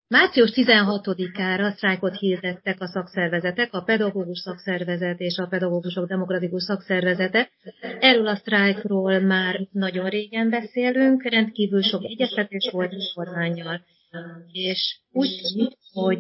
Március 16-ára sztrájkot hirdettek a szakszervezetek, a pedagógus szakszervezet és a pedagógusok demokratikus szakszervezete. Erről a sztrájkról már nagyon régen beszélünk, rendkívül sok egyeztetés volt a kormánnyal, és úgy tűnik, hogy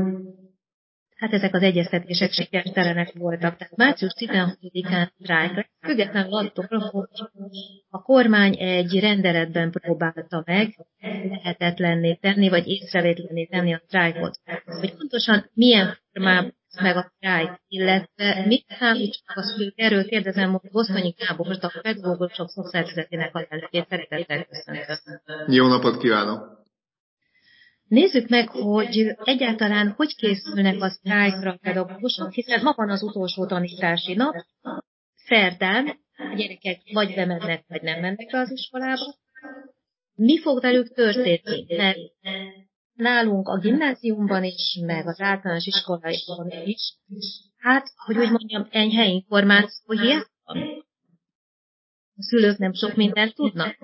hát ezek az egyeztetések sikertelenek voltak. Tehát március 16-án sztrájk, függetlenül attól, hogy a kormány egy rendeletben próbálta meg lehetetlenné tenni, vagy észrevétlenné tenni a sztrájkot. Hogy pontosan milyen formában meg a sztrájk, illetve mit számítsak a szülők, erről kérdezem most Gosztonyi Gábort, a pedagógusok szakszervezetének a elnökét. Szeretettel köszöntöm. Jó napot kívánok! Nézzük meg, hogy egyáltalán hogy készülnek a sztrájkra a pedagógusok, hiszen ma van az utolsó tanítási nap, szerdán a gyerekek vagy bemennek, vagy nem mennek be az iskolába. Mi fog velük történni? Mert nálunk a gimnáziumban is, meg az általános iskolában is, hát, hogy úgy mondjam, enyhe információ hiány van. A szülők nem sok mindent tudnak.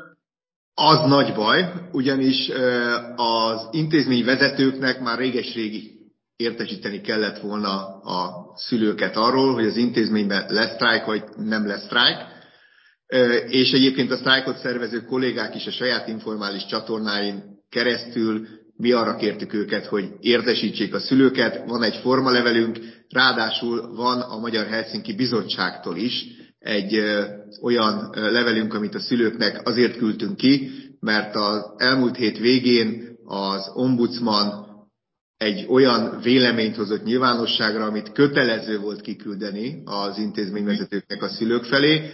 Az nagy baj, ugyanis az intézményvezetőknek már réges-régi értesíteni kellett volna a szülőket arról, hogy az intézményben lesz sztrájk, vagy nem lesz sztrájk. És egyébként a sztrájkot szervező kollégák is a saját informális csatornáin keresztül mi arra kértük őket, hogy értesítsék a szülőket. Van egy formalevelünk, ráadásul van a Magyar Helsinki Bizottságtól is egy olyan levelünk, amit a szülőknek azért küldtünk ki, mert az elmúlt hét végén az ombudsman egy olyan véleményt hozott nyilvánosságra, amit kötelező volt kiküldeni az intézményvezetőknek a szülők felé.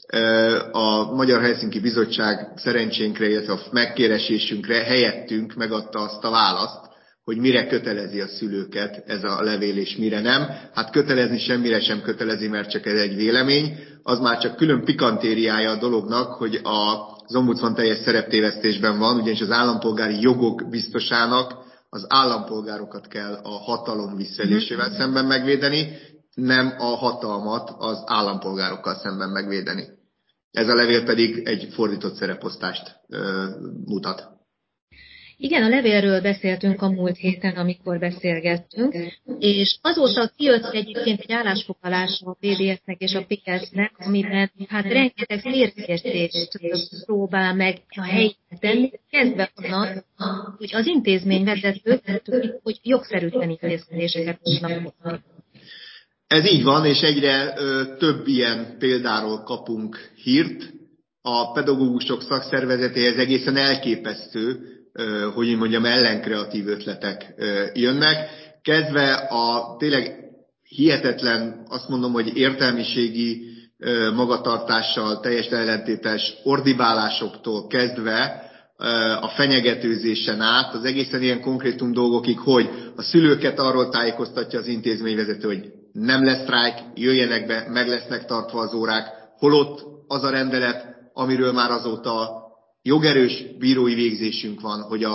A Magyar Helsinki Bizottság szerencsénkre, illetve a megkeresésünkre helyettünk megadta azt a választ, hogy mire kötelezi a szülőket ez a levél, és mire nem. Hát kötelezni semmire sem kötelezi, mert csak ez egy vélemény. Az már csak külön pikantériája a dolognak, hogy az ombudsman teljes szereptévesztésben van, ugyanis az állampolgári jogok biztosának az állampolgárokat kell a hatalom visszaélésével szemben megvédeni, nem a hatalmat az állampolgárokkal szemben megvédeni. Ez a levél pedig egy fordított szereposztást mutat. Igen, a levélről beszéltünk a múlt héten, amikor beszélgettünk, és azóta kijött egyébként egy állásfoglalás a PDS-nek és a PS-nek, amiben hát rengeteg félreértést próbál meg a helyére tenni, kezdve onnan, hogy az intézményvezetők, hogy jogszerűtlen intézkedéseket tudnak hozni. Ez így van, és egyre több ilyen példáról kapunk hírt. A pedagógusok szakszervezetéhez egészen elképesztő, hogy én mondjam, ellenkreatív ötletek jönnek. Kezdve a tényleg hihetetlen, azt mondom, hogy értelmiségi magatartással, teljesen ellentétes ordibálásoktól kezdve a fenyegetőzésen át, az egészen ilyen konkrétum dolgokig, hogy a szülőket arról tájékoztatja az intézményvezető, hogy nem lesz sztrájk, jöjjenek be, meg lesznek tartva az órák, holott az a rendelet, amiről már azóta jogerős bírói végzésünk van, hogy a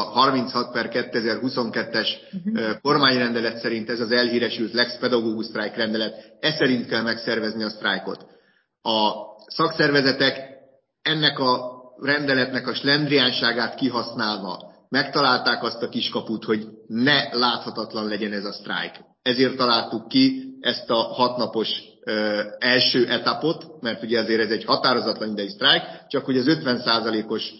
36/2022-es kormányrendelet szerint ez az elhíresült Lex Pedagógus sztrájk rendelet, ez szerint kell megszervezni a sztrájkot. A szakszervezetek ennek a rendeletnek a slendriánságát kihasználva megtalálták azt a kiskaput, hogy ne láthatatlan legyen ez a sztrájk. Ezért találtuk ki ezt a 6 napos első etapot, mert ugye azért ez egy határozatlan idei sztrájk, csak hogy az 50%-os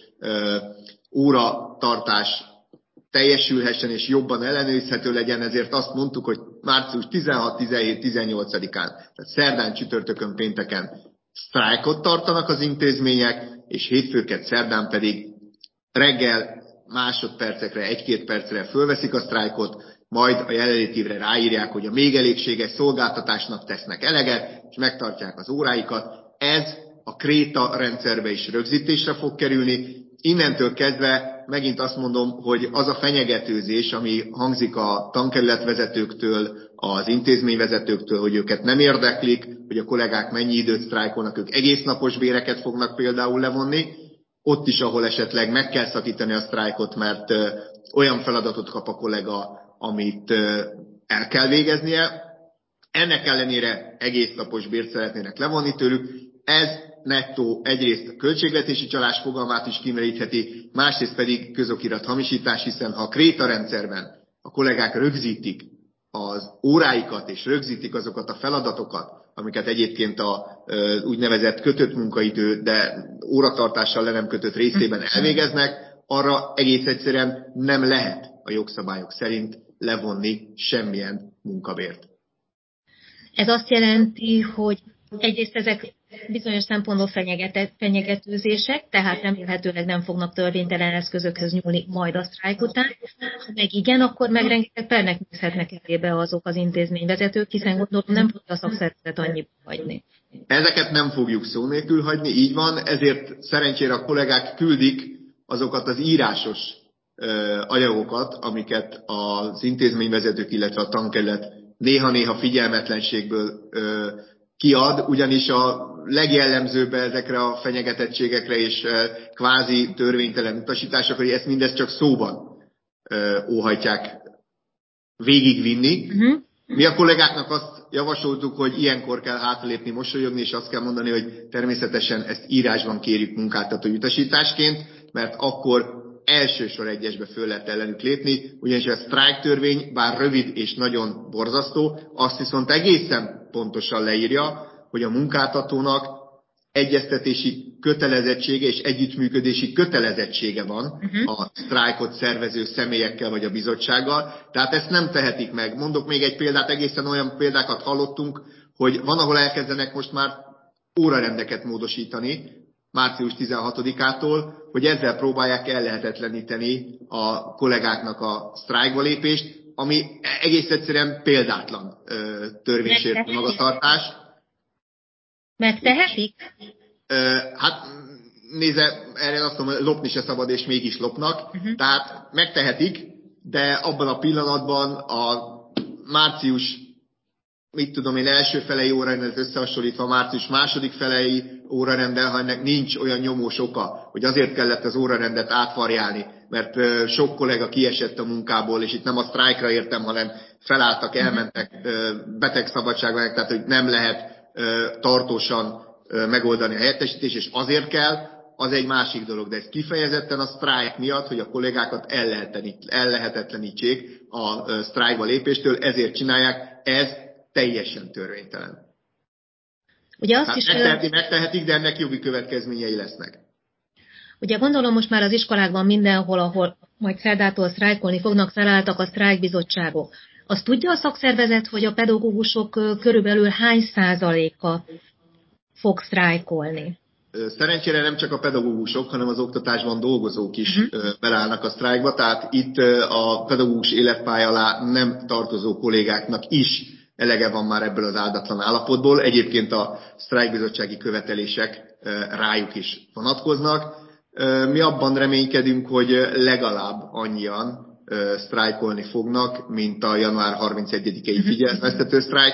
óratartás teljesülhessen és jobban ellenőrizhető legyen, ezért azt mondtuk, hogy március 16, 17, 18-án, tehát szerdán, csütörtökön, pénteken sztrájkot tartanak az intézmények, és hétfőket, szerdán pedig reggel másodpercekre, 1-2 percre fölveszik a sztrájkot, majd a jelenlétívre ráírják, hogy a még elégséges szolgáltatásnak tesznek eleget, és megtartják az óráikat. Ez a kréta rendszerbe is rögzítésre fog kerülni. Innentől kezdve megint azt mondom, hogy az a fenyegetőzés, ami hangzik a tankerületvezetőktől, az intézményvezetőktől, hogy őket nem érdeklik, hogy a kollégák mennyi időt sztrájkolnak, ők egésznapos béreket fognak például levonni, ott is, ahol esetleg meg kell szakítani a sztrájkot, mert olyan feladatot kap a kollega, amit el kell végeznie. Ennek ellenére egésznapos bért szeretnének levonni tőlük. Ez nettó egyrészt költségvetési csalás fogalmát is kimerítheti, másrészt pedig közokirat hamisítás, hiszen ha a krétarendszerben a kollégák rögzítik az óráikat és rögzítik azokat a feladatokat, amiket egyébként a úgynevezett kötött munkaidő, de óratartással le nem kötött részében elvégeznek, arra egész egyszerűen nem lehet a jogszabályok szerint levonni semmilyen munkabért. Ez azt jelenti, hogy egyrészt ezek bizonyos szempontból fenyegetőzések, tehát remélhetőleg nem fognak törvénytelen eszközökhöz nyúlni majd a sztrájk után. Ha meg igen, akkor meg rengeteg pernek nézhetnek elébe azok az intézményvezetők, hiszen gondolom nem fogja a szakszervezet annyiba hagyni. Ezeket nem fogjuk szó nélkül hagyni, így van, ezért szerencsére a kollégák küldik azokat az írásos anyagokat, amiket az intézményvezetők, illetve a tankerület néha-néha figyelmetlenségből kiad, ugyanis a legjellemzőbb ezekre a fenyegetettségekre és kvázi törvénytelen utasításokra, hogy ezt mindezt csak szóban óhajtják végigvinni. Mi a kollégáknak azt javasoltuk, hogy ilyenkor kell hátralépni, mosolyogni, és azt kell mondani, hogy természetesen ezt írásban kérjük munkáltatói utasításként, mert akkor elsősor egyesbe föl lehet ellenük lépni, ugyanis a sztrájk törvény, bár rövid és nagyon borzasztó, azt viszont egészen pontosan leírja, hogy a munkáltatónak egyeztetési kötelezettsége és együttműködési kötelezettsége van a sztrájkot szervező személyekkel vagy a bizottsággal, tehát ezt nem tehetik meg. Mondok még egy példát, egészen olyan példákat hallottunk, hogy van, ahol elkezdenek most már órarendeket módosítani, március 16-ától, hogy ezzel próbálják ellehetetleníteni a kollégáknak a sztrájkba lépést, ami egész egyszerűen példátlan törvénysértő magatartás. Megtehetik? Hát nézze, erre azt mondom, lopni se szabad, és mégis lopnak. Tehát megtehetik, de abban a pillanatban a március, mit tudom én, első felei órarendet összehasonlítva a március második felei órarenddel, ha ennek nincs olyan nyomós oka, hogy azért kellett az órarendet átvarjálni, mert sok kollega kiesett a munkából, és itt nem a sztrájkra értem, hanem felálltak, elmentek betegszabadságra, tehát hogy nem lehet tartósan megoldani a helyettesítést, és azért kell, az egy másik dolog, de ez kifejezetten a sztrájk miatt, hogy a kollégákat ellehetetlenítsék a sztrájkba lépéstől, ezért csinálják, ez teljesen törvénytelen. Ugye azt is megtehetik, de ennek jogi következményei lesznek. Ugye gondolom most már az iskolákban mindenhol, ahol majd szerdától sztrájkolni fognak, felálltak a sztrájkbizottságok. Azt tudja a szakszervezet, hogy a pedagógusok körülbelül hány százaléka fog sztrájkolni? Szerencsére nem csak a pedagógusok, hanem az oktatásban dolgozók is belállnak a sztrájkba, tehát itt a pedagógus életpálya alá nem tartozó kollégáknak is elege van már ebből az áldatlan állapotból. Egyébként a sztrájkbizottsági követelések rájuk is vonatkoznak. Mi abban reménykedünk, hogy legalább annyian sztrájkolni fognak, mint a január 31-i figyelmeztető sztrájk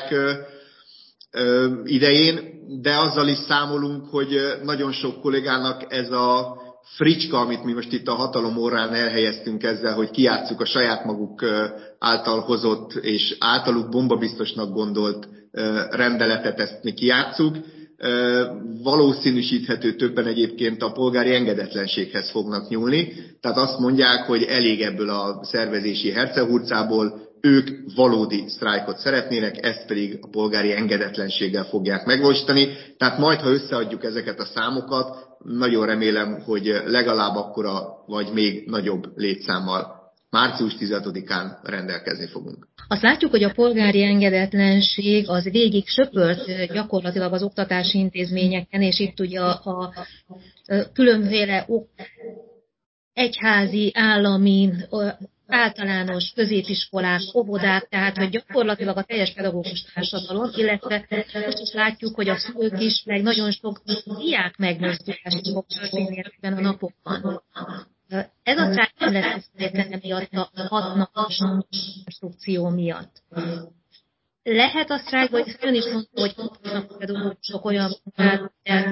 idején, de azzal is számolunk, hogy nagyon sok kollégának ez a fricska, amit mi most itt a hatalom orrán elhelyeztünk ezzel, hogy kijátsszuk a saját maguk által hozott és általuk bombabiztosnak gondolt rendeletet, ezt mi kijátsszuk. Valószínűsíthető többen egyébként a polgári engedetlenséghez fognak nyúlni. Tehát azt mondják, hogy elég ebből a szervezési hercehurcából, ők valódi sztrájkot szeretnének, ezt pedig a polgári engedetlenséggel fogják megvalósítani. Tehát majd, ha összeadjuk ezeket a számokat, nagyon remélem, hogy legalább akkora, vagy még nagyobb létszámmal március 16-án rendelkezni fogunk. Azt látjuk, hogy a polgári engedetlenség az végig söpört gyakorlatilag az oktatási intézményeken, és itt ugye a különféle egyházi, állami, általános középiskolák, óvodák, tehát hogy gyakorlatilag a teljes pedagógus társadalom, illetve most is látjuk, hogy a szülők is, meg nagyon sok diák megmozdulás is fog történni ebben a napokban. Ez a sztrájk nem lesz összetétlen miatt a 6 napos konstrukció miatt. Lehet a sztrájk, vagy ön is mondta, hogy kapnak a pedagógusok olyan munkát,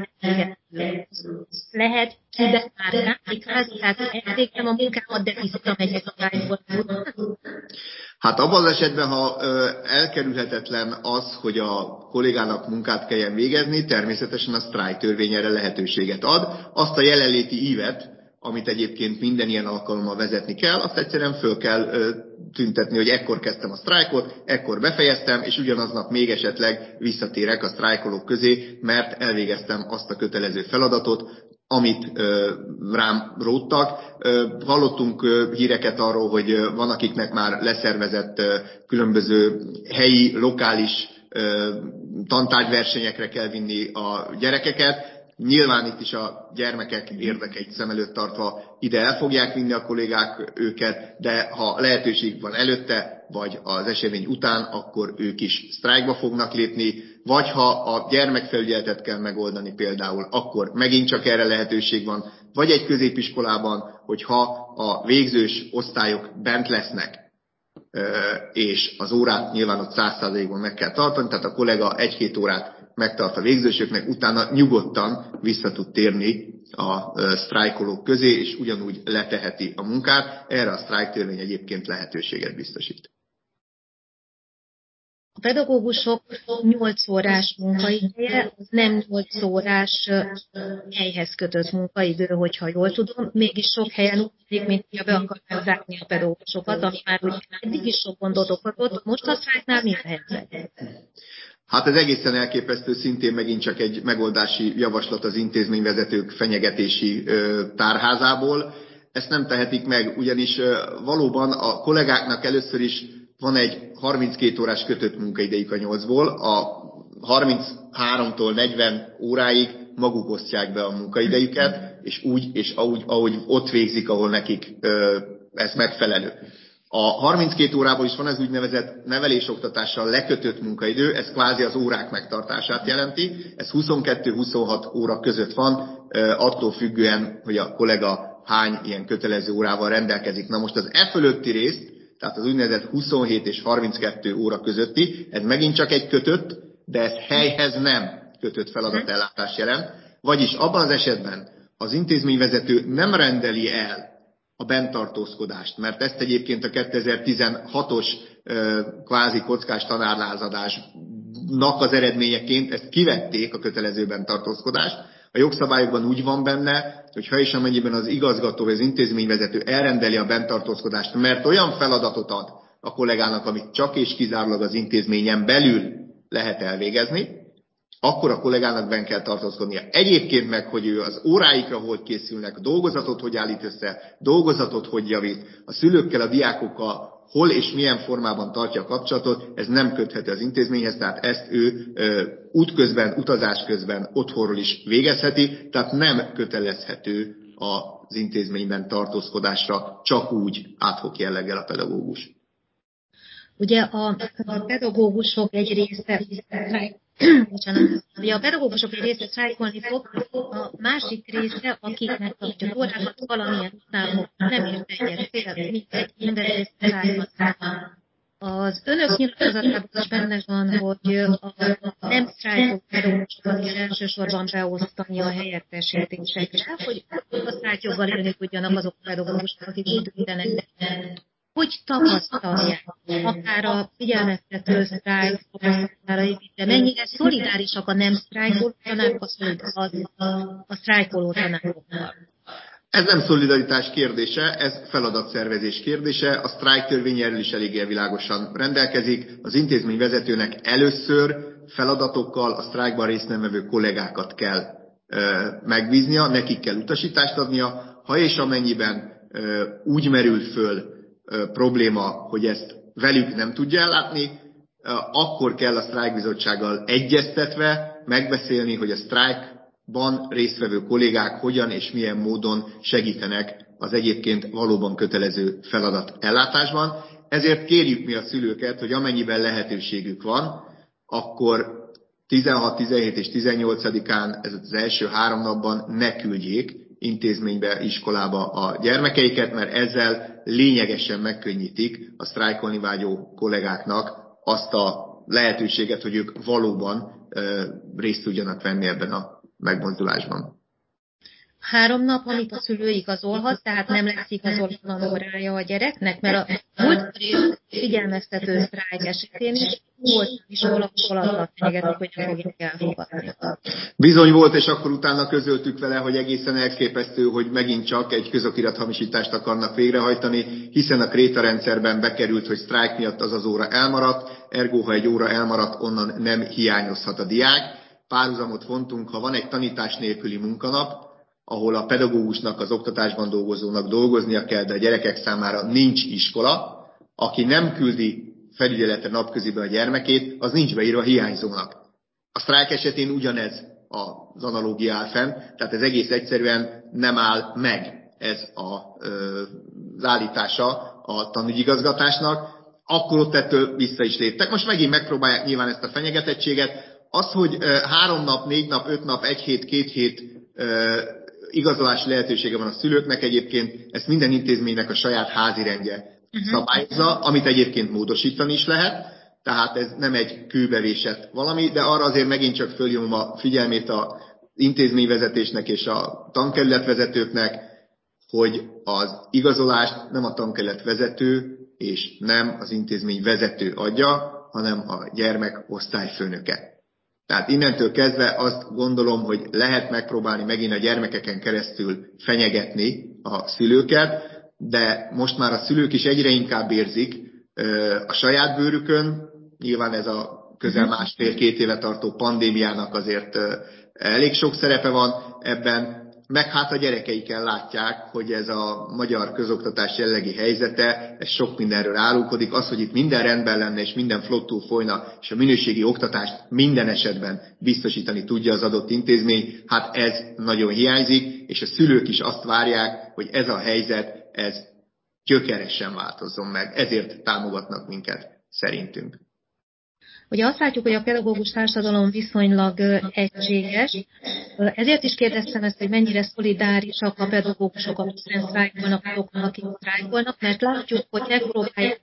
lehet kibezárni, tehát elvégzem a munkámat, de visszamegyek a sztrájkból. Hát abban az esetben, ha elkerülhetetlen az, hogy a kollégának munkát kelljen végezni, természetesen a sztrájk törvény erre lehetőséget ad. Azt a jelenléti ívet, amit egyébként minden ilyen alkalommal vezetni kell, azt egyszerűen föl kell tüntetni, hogy ekkor kezdtem a sztrájkot, ekkor befejeztem, és ugyanaznap még esetleg visszatérek a sztrájkolók közé, mert elvégeztem azt a kötelező feladatot, amit rám róttak. Hallottunk híreket arról, hogy van, akiknek már leszervezett különböző helyi, lokális tantárgyversenyekre kell vinni a gyerekeket. Nyilván itt is a gyermekek érdekeit szem előtt tartva ide el fogják vinni a kollégák őket, de ha lehetőség van előtte, vagy az esemény után, akkor ők is sztrájkba fognak lépni, vagy ha a gyermekfelügyeletet kell megoldani például, akkor megint csak erre lehetőség van, vagy egy középiskolában, hogyha a végzős osztályok bent lesznek, és az órát nyilván ott 100%-ban meg kell tartani, tehát a kollega 1-2 órát megtart a végzősöknek, utána nyugodtan vissza tud térni a sztrájkolók közé, és ugyanúgy leteheti a munkát. Erre a sztrájktörvény egyébként lehetőséget biztosít. A pedagógusok 8 órás munkaideje, az nem 8 órás helyhez kötött munkaidő, hogyha jól tudom, mégis sok helyen úgy tűnik, mint hogyha be akarják zárni a pedagógusokat, ami már úgy eddig is sok gondot okozott, most a sztrájknál mi a helyzet? Hát ez egészen elképesztő, szintén megint csak egy megoldási javaslat az intézményvezetők fenyegetési tárházából. Ezt nem tehetik meg, ugyanis valóban a kollégáknak először is van egy 32 órás kötött munkaidejük a 8-ból, a 33-tól 40 óráig maguk osztják be a munkaidejüket, és úgy, és ahogy ott végzik, ahol nekik ez megfelelő. A 32 órából is van ez úgynevezett nevelésoktatással lekötött munkaidő, ez kvázi az órák megtartását jelenti, ez 22-26 óra között van, attól függően, hogy a kollega hány ilyen kötelező órával rendelkezik. Na most az e fölötti részt, tehát az úgynevezett 27 és 32 óra közötti, ez megint csak egy kötött, de ez helyhez nem kötött feladatellátást jelent. Vagyis abban az esetben az intézményvezető nem rendeli el a benntartózkodást, mert ezt egyébként a 2016-os kvázi kockás tanárlázadásnak az eredményeként ezt kivették a kötelező benntartózkodást. A jogszabályokban úgy van benne, hogy ha és amennyiben az igazgató vagy az intézményvezető elrendeli a benntartózkodást, mert olyan feladatot ad a kollégának, amit csak és kizárólag az intézményen belül lehet elvégezni, akkor a kollégának benn kell tartózkodnia. Egyébként meg, hogy ő az óráikra hogy készülnek, dolgozatot hogy állít össze, dolgozatot hogy javít, a szülőkkel, a diákokkal hol és milyen formában tartja a kapcsolatot, ez nem köthető az intézményhez, tehát ezt ő útközben, utazás közben otthonról is végezheti, tehát nem kötelezhető az intézményben tartózkodásra csak úgy ad hoc jelleggel a pedagógus. Ugye a pedagógusok egy része ugye a pedagógusok egy része sztrájkolni fog, a másik része, akiknek a órákat valamilyen utánok nem ért egyet, például mindegy rendelkezés sztrájkban. Az önök nyilatkozatában is benne van, hogy a nem sztrájkoló pedagógusokat kell elsősorban beosztani a helyettesítésekre, hogy a sztrájkjoggal élni tudjanak azok a pedagógusok, akik úgy döntenek. Hogy tapasztalják, akár a figyelmeztető sztrájk tapasztalatait, de mennyire szolidárisak a nem sztrájkoló tanárok a sztrájkoló tanárokkal? Ez nem szolidaritás kérdése, ez feladatszervezés kérdése. A sztrájktörvény erről is eléggé világosan rendelkezik. Az intézményvezetőnek először feladatokkal a sztrájkban részt nem vevő kollégákat kell megbíznia, nekik kell utasítást adnia, ha és amennyiben úgy merül föl probléma, hogy ezt velük nem tudja ellátni, akkor kell a sztrájkbizottsággal egyeztetve megbeszélni, hogy a sztrájkban résztvevő kollégák hogyan és milyen módon segítenek az egyébként valóban kötelező feladat ellátásban. Ezért kérjük mi a szülőket, hogy amennyiben lehetőségük van, akkor 16, 17 és 18-án, ez az első 3 napban ne küldjék intézménybe, iskolába a gyermekeiket, mert ezzel lényegesen megkönnyítik a sztrájkolni vágyó kollégáknak azt a lehetőséget, hogy ők valóban részt tudjanak venni ebben a megmozdulásban. 3 nap, amit a szülő igazolhat, tehát nem lesz igazolatlan órája a gyereknek, mert a múltkori figyelmeztető sztrájk esetén is volt iskola, ahol azzal fenyegetik, hogy nem fogják elfogadni. Bizony volt, és akkor utána közöltük vele, hogy egészen elképesztő, hogy megint csak egy közokirathamisítást akarnak végrehajtani, hiszen a krétarendszerben bekerült, hogy sztrájk miatt az óra elmaradt, ergo ha egy óra elmaradt, onnan nem hiányozhat a diák. Párhuzamot vontunk, ha van egy tanítás nélküli munkanap, ahol a pedagógusnak, az oktatásban dolgozónak dolgoznia kell, de a gyerekek számára nincs iskola, aki nem küldi felügyeletre napközibe a gyermekét, az nincs beírva hiányzónak. A sztrájk esetén ugyanez az analógia áll fenn, tehát ez egész egyszerűen nem áll meg ez az állítása a tanügyigazgatásnak, akkor ott ettől vissza is léptek. Most megint megpróbálják nyilván ezt a fenyegetettséget. Az, hogy 3 nap, 4 nap, 5 nap, 1 hét, 2 hét igazolási lehetősége van a szülőknek, egyébként ezt minden intézménynek a saját házirendje szabályozza, amit egyébként módosítani is lehet, tehát ez nem egy kőbevésett valami, de arra azért megint csak fölhívom a figyelmét az intézményvezetésnek és a tankerületvezetőknek, hogy az igazolást nem a tankerületvezető és nem az intézmény vezető adja, hanem a gyermek osztályfőnöke. Tehát innentől kezdve azt gondolom, hogy lehet megpróbálni megint a gyermekeken keresztül fenyegetni a szülőket, de most már a szülők is egyre inkább érzik a saját bőrükön, nyilván ez a közel 1,5-2 éve tartó pandémiának azért elég sok szerepe van ebben, meg hát a gyerekeiken látják, hogy ez a magyar közoktatás jellegi helyzete, ez sok mindenről árulkodik. Az, hogy itt minden rendben lenne, és minden flottul folyna, és a minőségi oktatást minden esetben biztosítani tudja az adott intézmény, hát ez nagyon hiányzik, és a szülők is azt várják, hogy ez a helyzet, ez gyökeresen változzon meg. Ezért támogatnak minket, szerintünk. Ugye azt látjuk, hogy a pedagógus társadalom viszonylag egységes, ezért is kérdeztem ezt, hogy mennyire szolidárisak a pedagógusok, akik sztrájkolnak, azoknak, akik sztrájkolnak, mert látjuk, hogy megpróbálják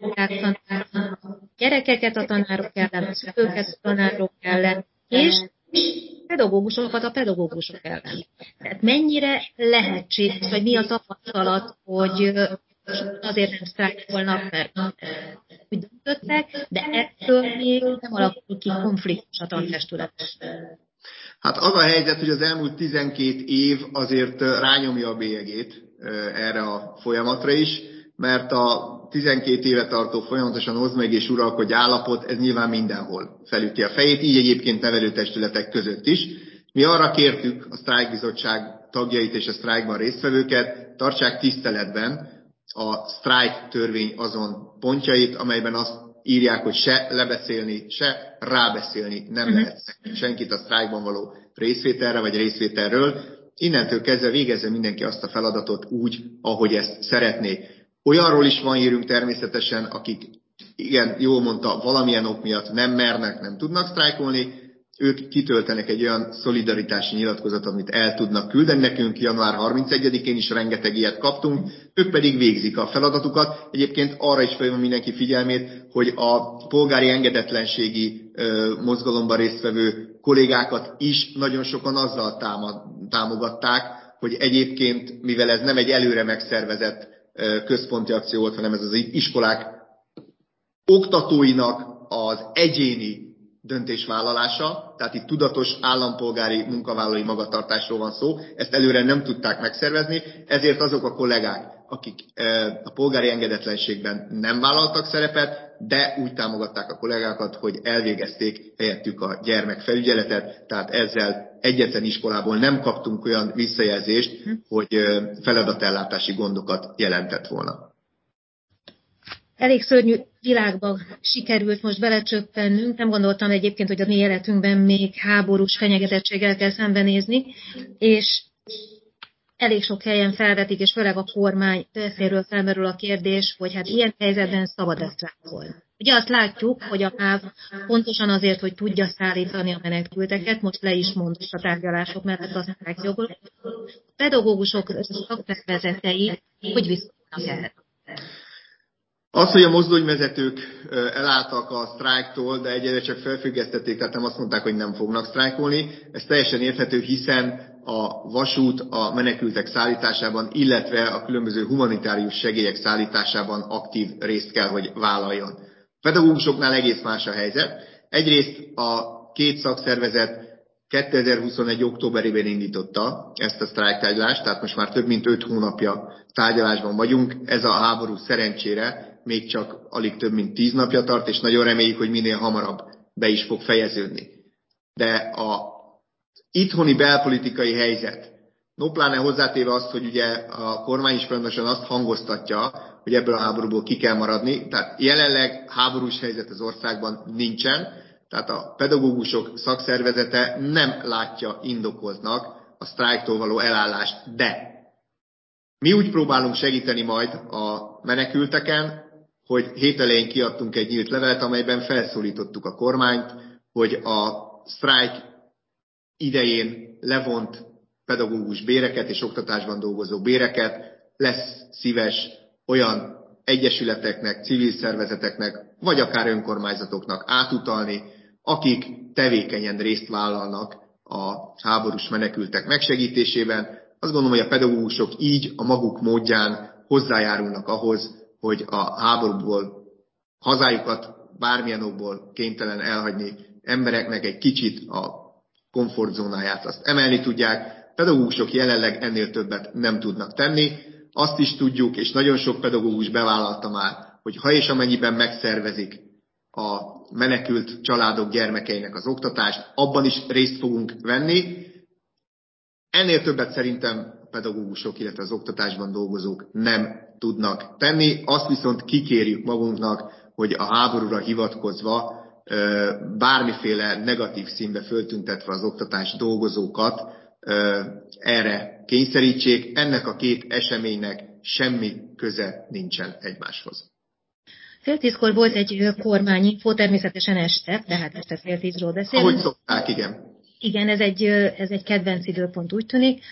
a gyerekeket a tanárok ellen, a szülőket a tanárok ellen, és pedagógusokat a pedagógusok ellen. Tehát mennyire lehetséges, vagy mi a tapasztalat, hogy azért nem sztrájkolnak, mert úgy döntöttek, de ettől még nem alakul ki konfliktus a tantestületben. Hát az a helyzet, hogy az elmúlt 12 év azért rányomja a bélyegét erre a folyamatra is, mert a 12 éve tartó folyamatosan hozd meg és uralkodj állapot, ez nyilván mindenhol felüti a fejét, így egyébként nevelőtestületek között is. Mi arra kértük a sztrájkbizottság tagjait és a sztrájkban résztvevőket, tartsák tiszteletben a sztrájk törvény azon pontjait, amelyben azt írják, hogy se lebeszélni, se rábeszélni nem lehet senkit a sztrájkban való részvételre vagy részvételről. Innentől kezdve végezze mindenki azt a feladatot úgy, ahogy ezt szeretné. Olyanról is van hírünk természetesen, akik, igen, jól mondta, valamilyen ok miatt nem mernek, nem tudnak sztrájkolni, ők kitöltenek egy olyan szolidaritási nyilatkozatot, amit el tudnak küldeni nekünk. Január 31-én is rengeteg ilyet kaptunk, ők pedig végzik a feladatukat. Egyébként arra is felhívom mindenki figyelmét, hogy a polgári engedetlenségi mozgalomban résztvevő kollégákat is nagyon sokan azzal támogatták, hogy egyébként, mivel ez nem egy előre megszervezett központi akció volt, hanem ez az iskolák oktatóinak az egyéni döntésvállalása, tehát itt tudatos állampolgári munkavállalói magatartásról van szó, ezt előre nem tudták megszervezni, ezért azok a kollégák, akik a polgári engedetlenségben nem vállaltak szerepet, de úgy támogatták a kollégákat, hogy elvégezték helyettük a gyermekfelügyeletet, tehát ezzel egyetlen iskolából nem kaptunk olyan visszajelzést, hogy feladatellátási gondokat jelentett volna. Elég szörnyű világba sikerült most belecsöppennünk. Nem gondoltam egyébként, hogy a mi életünkben még háborús fenyegetettséggel kell szembenézni, és elég sok helyen felvetik, és főleg a kormány részéről felmerül a kérdés, hogy hát ilyen helyzetben szabad ezt sztrájkolni. Ugye azt látjuk, hogy a MÁV pontosan azért, hogy tudja szállítani a menekülteket, most le is mondott a tárgyalások mellett a sztrájkjogot. A pedagógusok szakszervezetei hogy viszonyulnak ehhez? Az, hogy a mozdonyvezetők elálltak a sztrájktól, de egyre csak felfüggesztették, tehát nem azt mondták, hogy nem fognak sztrájkolni, ez teljesen érthető, hiszen a vasút a menekültek szállításában, illetve a különböző humanitárius segélyek szállításában aktív részt kell, hogy vállaljon. A pedagógusoknál egész más a helyzet. Egyrészt a két szakszervezet 2021. októberében indította ezt a sztrájktárgyalást, tehát most már több mint 5 hónapja tárgyalásban vagyunk. Ez a háború szerencsére még csak alig több mint 10 napja tart, és nagyon reméljük, hogy minél hamarabb be is fog fejeződni. De az itthoni belpolitikai helyzet, no pláne hozzátéve azt, hogy ugye a kormány is folyamatosan azt hangoztatja, hogy ebből a háborúból ki kell maradni, tehát jelenleg háborús helyzet az országban nincsen, tehát a pedagógusok szakszervezete nem látja indokoltnak a sztrájktól való elállást, de mi úgy próbálunk segíteni majd a menekülteken, hogy hét elején kiadtunk egy nyílt levelet, amelyben felszólítottuk a kormányt, hogy a sztrájk idején levont pedagógus béreket és oktatásban dolgozó béreket lesz szíves olyan egyesületeknek, civil szervezeteknek, vagy akár önkormányzatoknak átutalni, akik tevékenyen részt vállalnak a háborús menekültek megsegítésében. Azt gondolom, hogy a pedagógusok így a maguk módján hozzájárulnak ahhoz, hogy a háborúból hazájukat bármilyen okból kénytelen elhagyni embereknek egy kicsit a komfortzónáját azt emelni tudják. Pedagógusok jelenleg ennél többet nem tudnak tenni. Azt is tudjuk, és nagyon sok pedagógus bevállalta már, hogy ha és amennyiben megszervezik a menekült családok gyermekeinek az oktatást, abban is részt fogunk venni. Ennél többet szerintem a pedagógusok, illetve az oktatásban dolgozók nem tudnak tenni. Azt viszont kikérjük magunknak, hogy a háborúra hivatkozva bármiféle negatív színbe föltüntetve az oktatás dolgozókat erre kényszerítsék. Ennek a két eseménynek semmi köze nincsen egymáshoz. 9:30 volt egy kormányinfó, természetesen este, tehát este 9:30-ról beszélünk. Ahogy szokták, igen. Igen, ez egy kedvenc időpont, úgy tűnik.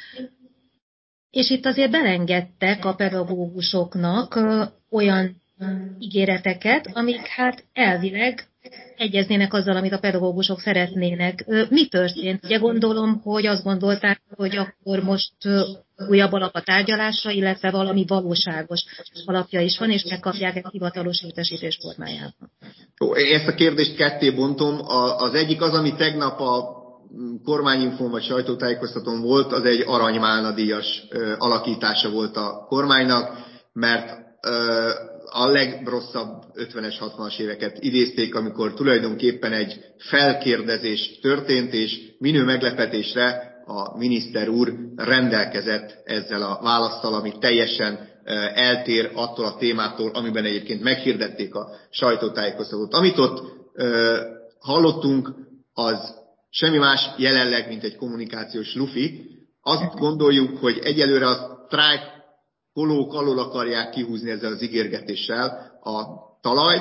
És itt azért belengedtek a pedagógusoknak olyan ígéreteket, amik hát elvileg egyeznének azzal, amit a pedagógusok szeretnének. Mi történt? Ugye gondolom, hogy azt gondolták, hogy akkor most újabb alap a tárgyalásra, illetve valami valóságos alapja is van, és megkapják egy hivatalos értesítés formájában. Jó, ezt a kérdést ketté bontom. Az egyik az, ami tegnap a kormányinfón vagy sajtótájékoztatón volt, az egy aranymálnadíjas alakítása volt a kormánynak, mert a legrosszabb 50-es, 60-as éveket idézték, amikor tulajdonképpen egy felkérdezés történt, és minő meglepetésre a miniszter úr rendelkezett ezzel a válaszsal, ami teljesen eltér attól a témától, amiben egyébként meghirdették a sajtótájékoztatót. Amit ott hallottunk, az semmi más jelenleg, mint egy kommunikációs lufi. Azt gondoljuk, hogy egyelőre a sztrájkolók alól akarják kihúzni ezzel az ígérgetéssel a talajt.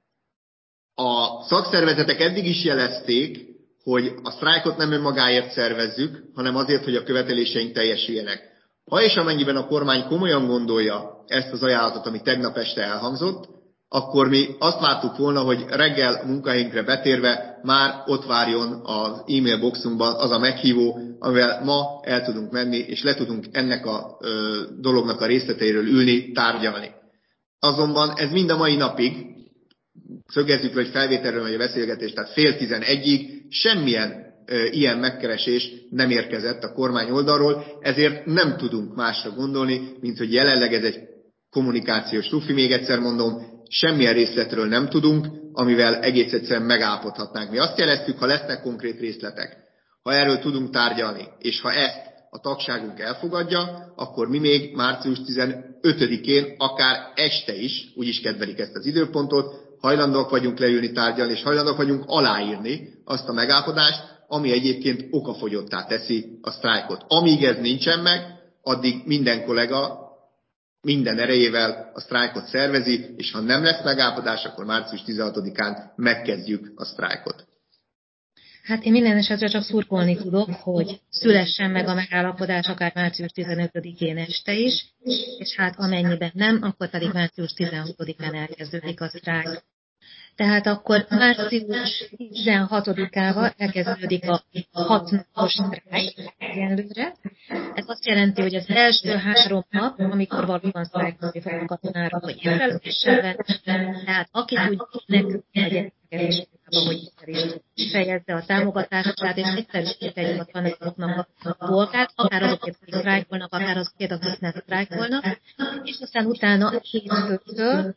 A szakszervezetek eddig is jelezték, hogy a sztrájkot nem önmagáért szervezzük, hanem azért, hogy a követeléseink teljesüljenek. Ha és amennyiben a kormány komolyan gondolja ezt az ajánlatot, ami tegnap este elhangzott, akkor mi azt vártuk volna, hogy reggel munkahelyünkre betérve már ott várjon az e-mail boxunkban az a meghívó, amivel ma el tudunk menni, és le tudunk ennek a dolognak a részleteiről ülni, tárgyalni. Azonban ez mind a mai napig, szögezzük le, hogy felvételről megy a beszélgetés, tehát 10:30-ig semmilyen ilyen megkeresés nem érkezett a kormány oldalról, ezért nem tudunk másra gondolni, mint hogy jelenleg ez egy kommunikációs lufi, még egyszer mondom, semmilyen részletről nem tudunk, amivel egész egyszerűen megállapodhatnánk. Mi azt jeleztük, ha lesznek konkrét részletek, ha erről tudunk tárgyalni, és ha ezt a tagságunk elfogadja, akkor mi még március 15-én, akár este is, úgyis kedvelik ezt az időpontot, hajlandóak vagyunk leülni tárgyalni, és hajlandóak vagyunk aláírni azt a megállapodást, ami egyébként okafogyottá teszi a sztrájkot. Amíg ez nincsen meg, addig minden kollega minden erejével a sztrájkot szervezi, és ha nem lesz megállapodás, akkor március 16-án megkezdjük a sztrájkot. Hát én minden esetre csak szurkolni tudok, hogy szülessen meg a megállapodás akár március 15-én este is, és hát amennyiben nem, akkor pedig március 16-án elkezdődik a sztrájk. Tehát akkor március 16-ával elkezdődik a 6 napos sztrájk egyenlőre. Ez azt jelenti, hogy az első 3 nap, amikor valóban sztrájkolni fognak a tanárok, hogy érvelődéssel, tehát aki tudja nekünk a gyerekeket is, hogy is fejezze a támogatását, és egyszerűsíteni a tanároknak a dolgát, akár azokért, akik sztrájkolnak, akár azokért, akik nem sztrájkolnak, és aztán utána hétfőtől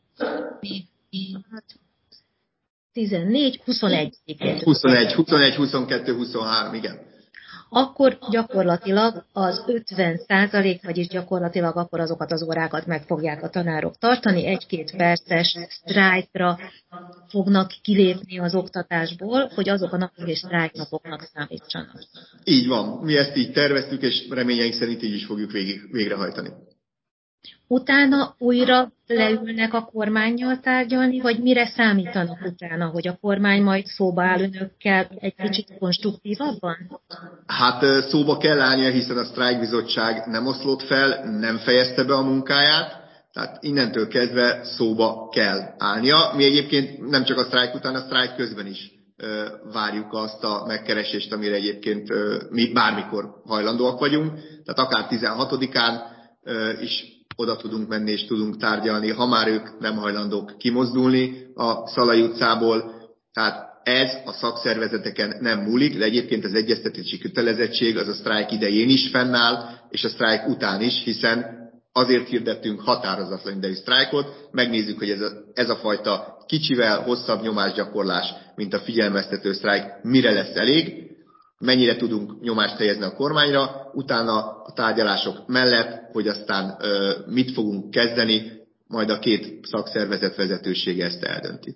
14, 21. 21, 22, 23, igen. Akkor gyakorlatilag az 50%, vagyis gyakorlatilag akkor azokat az órákat meg fogják a tanárok tartani, 1-2 perces sztrájkra fognak kilépni az oktatásból, hogy azok a napok és sztrájknapoknak számítsanak. Így van, mi ezt így terveztük, és reményeink szerint így is fogjuk végrehajtani. Utána újra leülnek a kormánnyal tárgyalni, vagy mire számítanak utána, hogy a kormány majd szóba áll önökkel egy kicsit konstruktívabban? Hát szóba kell állnia, hiszen a sztrájkbizottság nem oszlott fel, nem fejezte be a munkáját, tehát innentől kezdve szóba kell állnia. Mi egyébként nem csak a sztrájk után, a sztrájk közben is várjuk azt a megkeresést, amire egyébként mi bármikor hajlandóak vagyunk, tehát akár 16-án is oda tudunk menni és tudunk tárgyalni, ha már ők nem hajlandók kimozdulni a Szalai utcából. Tehát ez a szakszervezeteken nem múlik, de egyébként az egyeztetési kötelezettség az a sztrájk idején is fennáll, és a sztrájk után is, hiszen azért hirdettünk határozatlan idejű sztrájkot, megnézzük, hogy ez a fajta kicsivel hosszabb nyomásgyakorlás, mint a figyelmeztető sztrájk, mire lesz elég, mennyire tudunk nyomást helyezni a kormányra, utána a tárgyalások mellett, hogy aztán mit fogunk kezdeni, majd a 2 szakszervezet vezetősége ezt eldönti.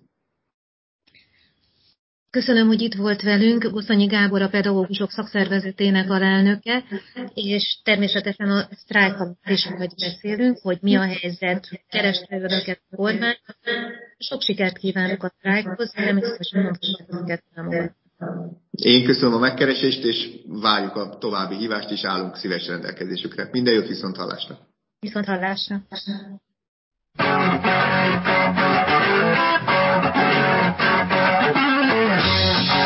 Köszönöm, hogy itt volt velünk, Goszonyi Gábor, a Pedagógusok Szakszervezetének alelnöke, és természetesen a sztrájkról is majd beszélünk, hogy mi a helyzet, kereste önöket a kormány. Sok sikert kívánok a sztrájkhoz, természetesen nem fogjuk önöket támogatni. Én köszönöm a megkeresést, és várjuk a további hívást, és állunk szíves rendelkezésükre. Minden jót, viszont hallásra! Viszont hallásra!